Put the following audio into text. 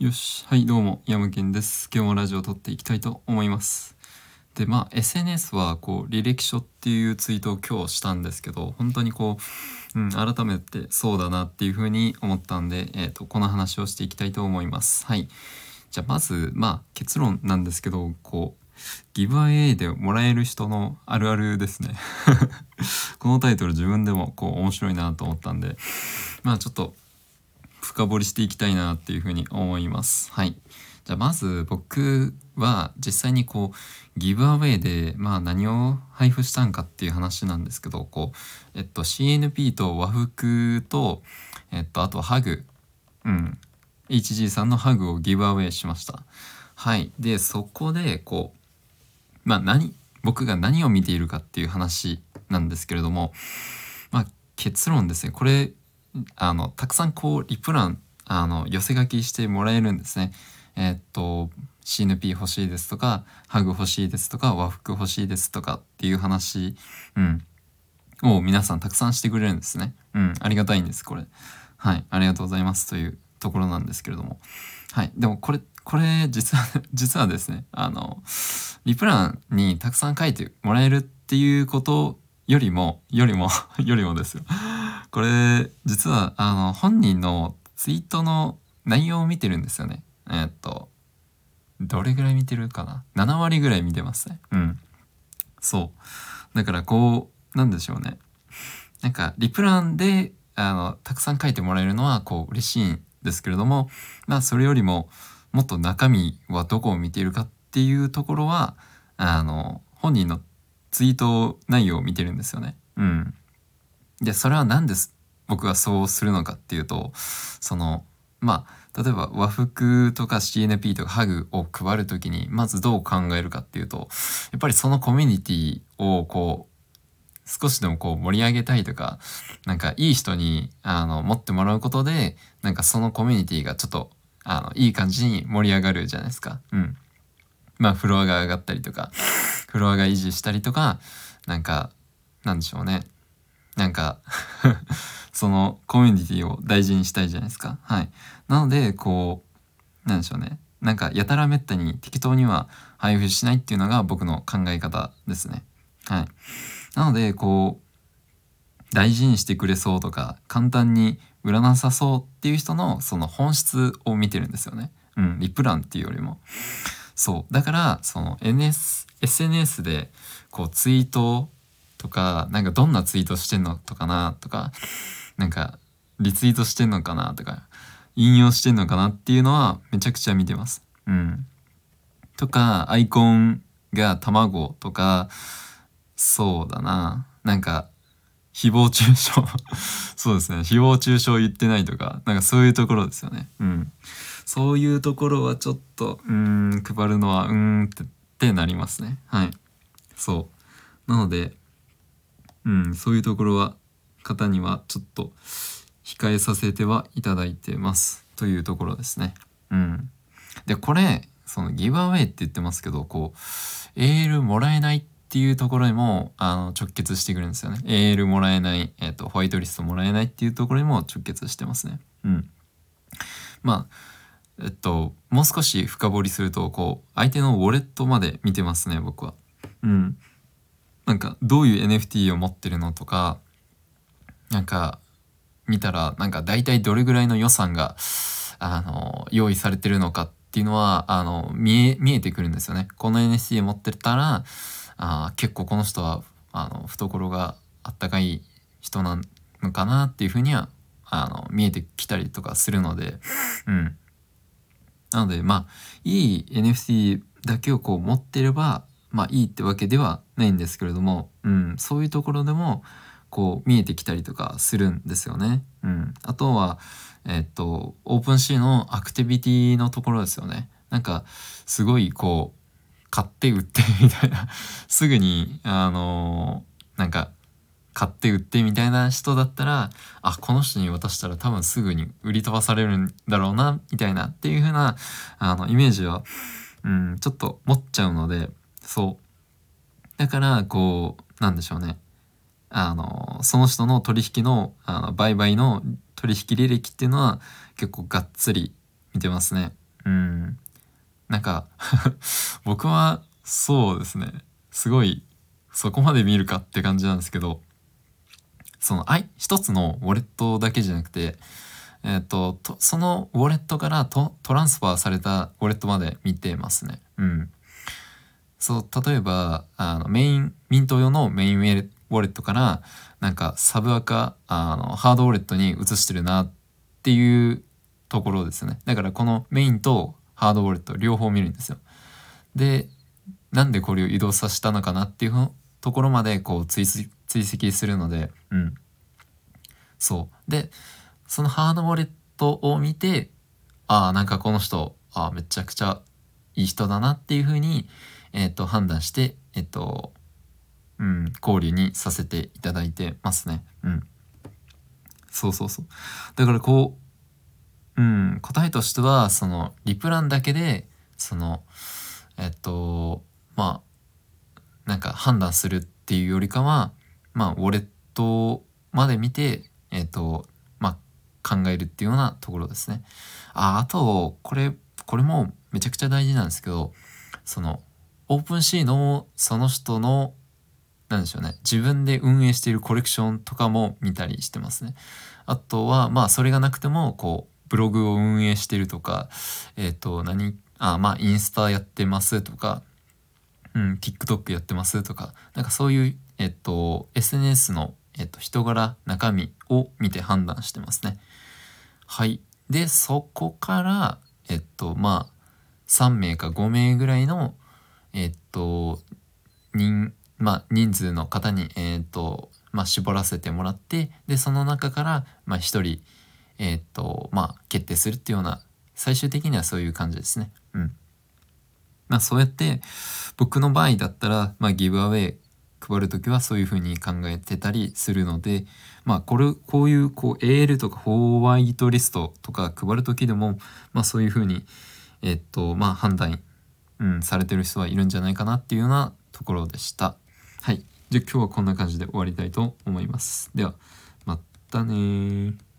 よし。はい、どうも、ヤムケンです。今日もラジオを撮っていきたいと思います。で、SNS は、履歴書っていうツイートを今日したんですけど、本当に改めてそうだなっていうふうに思ったんで、この話をしていきたいと思います。はい。じゃあ、まず、結論なんですけど、ギブアウェイでもらえる人のあるあるですね。このタイトル自分でも面白いなと思ったんで、ちょっと深掘りしていきたいなっていうふうに思います。はい。じゃあまず僕は実際にギブアウェイで何を配布したんかっていう話なんですけど、CNP と和服とあとハグ、HG さんのハグをギブアウェイしました。はい。でそこで僕が何を見ているかっていう話なんですけれども、結論ですね。これたくさんリプラン寄せ書きしてもらえるんですね。CNP 欲しいですとか、ハグ欲しいですとか、和服欲しいですとかっていう話、を皆さんたくさんしてくれるんですね。ありがたいんです、これ。はい、ありがとうございますというところなんですけれども。はい、でもこれ実はですね、リプランにたくさん書いてもらえるっていうことよりもよりもですよ。これ実は本人のツイートの内容を見てるんですよね。どれぐらい見てるかな、7割ぐらい見てますね。そうだからなんでしょうね、なんかリプランでたくさん書いてもらえるのは嬉しいんですけれども、それよりももっと中身はどこを見ているかっていうところは本人のツイート内容を見てるんですよね。でそれは何です僕がそうするのかっていうと、例えば和服とか CNP とかハグを配るときにまずどう考えるかっていうと、やっぱりそのコミュニティを少しでも盛り上げたいとか、なんかいい人に持ってもらうことで、なんかそのコミュニティがちょっといい感じに盛り上がるじゃないですか。フロアが上がったりとか、フロアが維持したりとか、なんでしょうね。そのコミュニティを大事にしたいじゃないですか。はい。なので、なんでしょうね。やたらめったに適当には配布しないっていうのが僕の考え方ですね。はい。なので、大事にしてくれそうとか、簡単に売らなさそうっていう人のその本質を見てるんですよね。リプランっていうよりも。そう。だから、SNS でツイートとか、どんなツイートしてんのとかなとか、リツイートしてんのかなとか、引用してんのかなっていうのはめちゃくちゃ見てます。とか、アイコンが卵とか、そうだな。誹謗中傷そうですね。誹謗中傷言ってないとか、そういうところですよね。そういうところはちょっと、配るのは、ってなりますね。はい。そう。なので、そういうところは、方にはちょっと控えさせてはいただいてます。というところですね。で、これ、そのギブアウェイって言ってますけど、エールもらえないっていうところにも直結してくるんですよね。エールもらえない、ホワイトリストもらえないっていうところにも直結してますね。もう少し深掘りすると、相手のウォレットまで見てますね、僕は。どういう NFT を持ってるのとか、見たら、大体どれぐらいの予算が、用意されてるのかっていうのは、見えてくるんですよね。この NFT 持ってたら、結構この人は、懐があったかい人なのかなっていうふうには、見えてきたりとかするので、なので、いい NFT だけを持ってれば、いいってわけではないんですけれども、そういうところでも、見えてきたりとかするんですよね。あとは、オープンシーのアクティビティのところですよね。すごい買って売ってみたいな、すぐに、買って売ってみたいな人だったら、この人に渡したら多分すぐに売り飛ばされるんだろうな、みたいなっていう風な、イメージは、ちょっと持っちゃうので、そう。だから、なんでしょうね。その人の取引の、売買の取引履歴っていうのは結構がっつり見てますね。 なんか僕はそうですね、すごいそこまで見るかって感じなんですけど、その一つのウォレットだけじゃなくて、そのウォレットからトランスファーされたウォレットまで見てますね。そう、例えばミント用のメインウォレットからなんかサブアカハードウォレットに移してるなっていうところですね。だからこのメインとハードウォレット両方見るんですよ。で、なんでこれを移動させたのかなっていうところまでこう追跡するので、そうで、そのハードウォレットを見て、なんかこの人めちゃくちゃいい人だなっていう風に判断して交流にさせていただいてますね。そうそうそう。だからこう、答えとしてはそのリプランだけでそのまあなんか判断するっていうよりかは、ウォレットまで見て考えるっていうようなところですね。あとこれもめちゃくちゃ大事なんですけど、そのオープンシーのその人のなんでしょうね、自分で運営しているコレクションとかも見たりしてますね。あとはそれがなくてもこうブログを運営してるとか、インスタやってますとか、TikTok やってますとか、なんかそういう、SNS の、人柄、中身を見て判断してますね。はい。で、そこから、3名か5名ぐらいの、人数の方に、絞らせてもらって、で、その中から、1人、決定するっていうような、最終的にはそういう感じですね。そうやって僕の場合だったら、ギブアウェイ配るときはそういう風に考えてたりするので、こういうAL とかホワイトリストとか配るときでも、そういう風に判断、されてる人はいるんじゃないかなっていうようなところでした。はい。じゃあ今日はこんな感じで終わりたいと思います。では、またね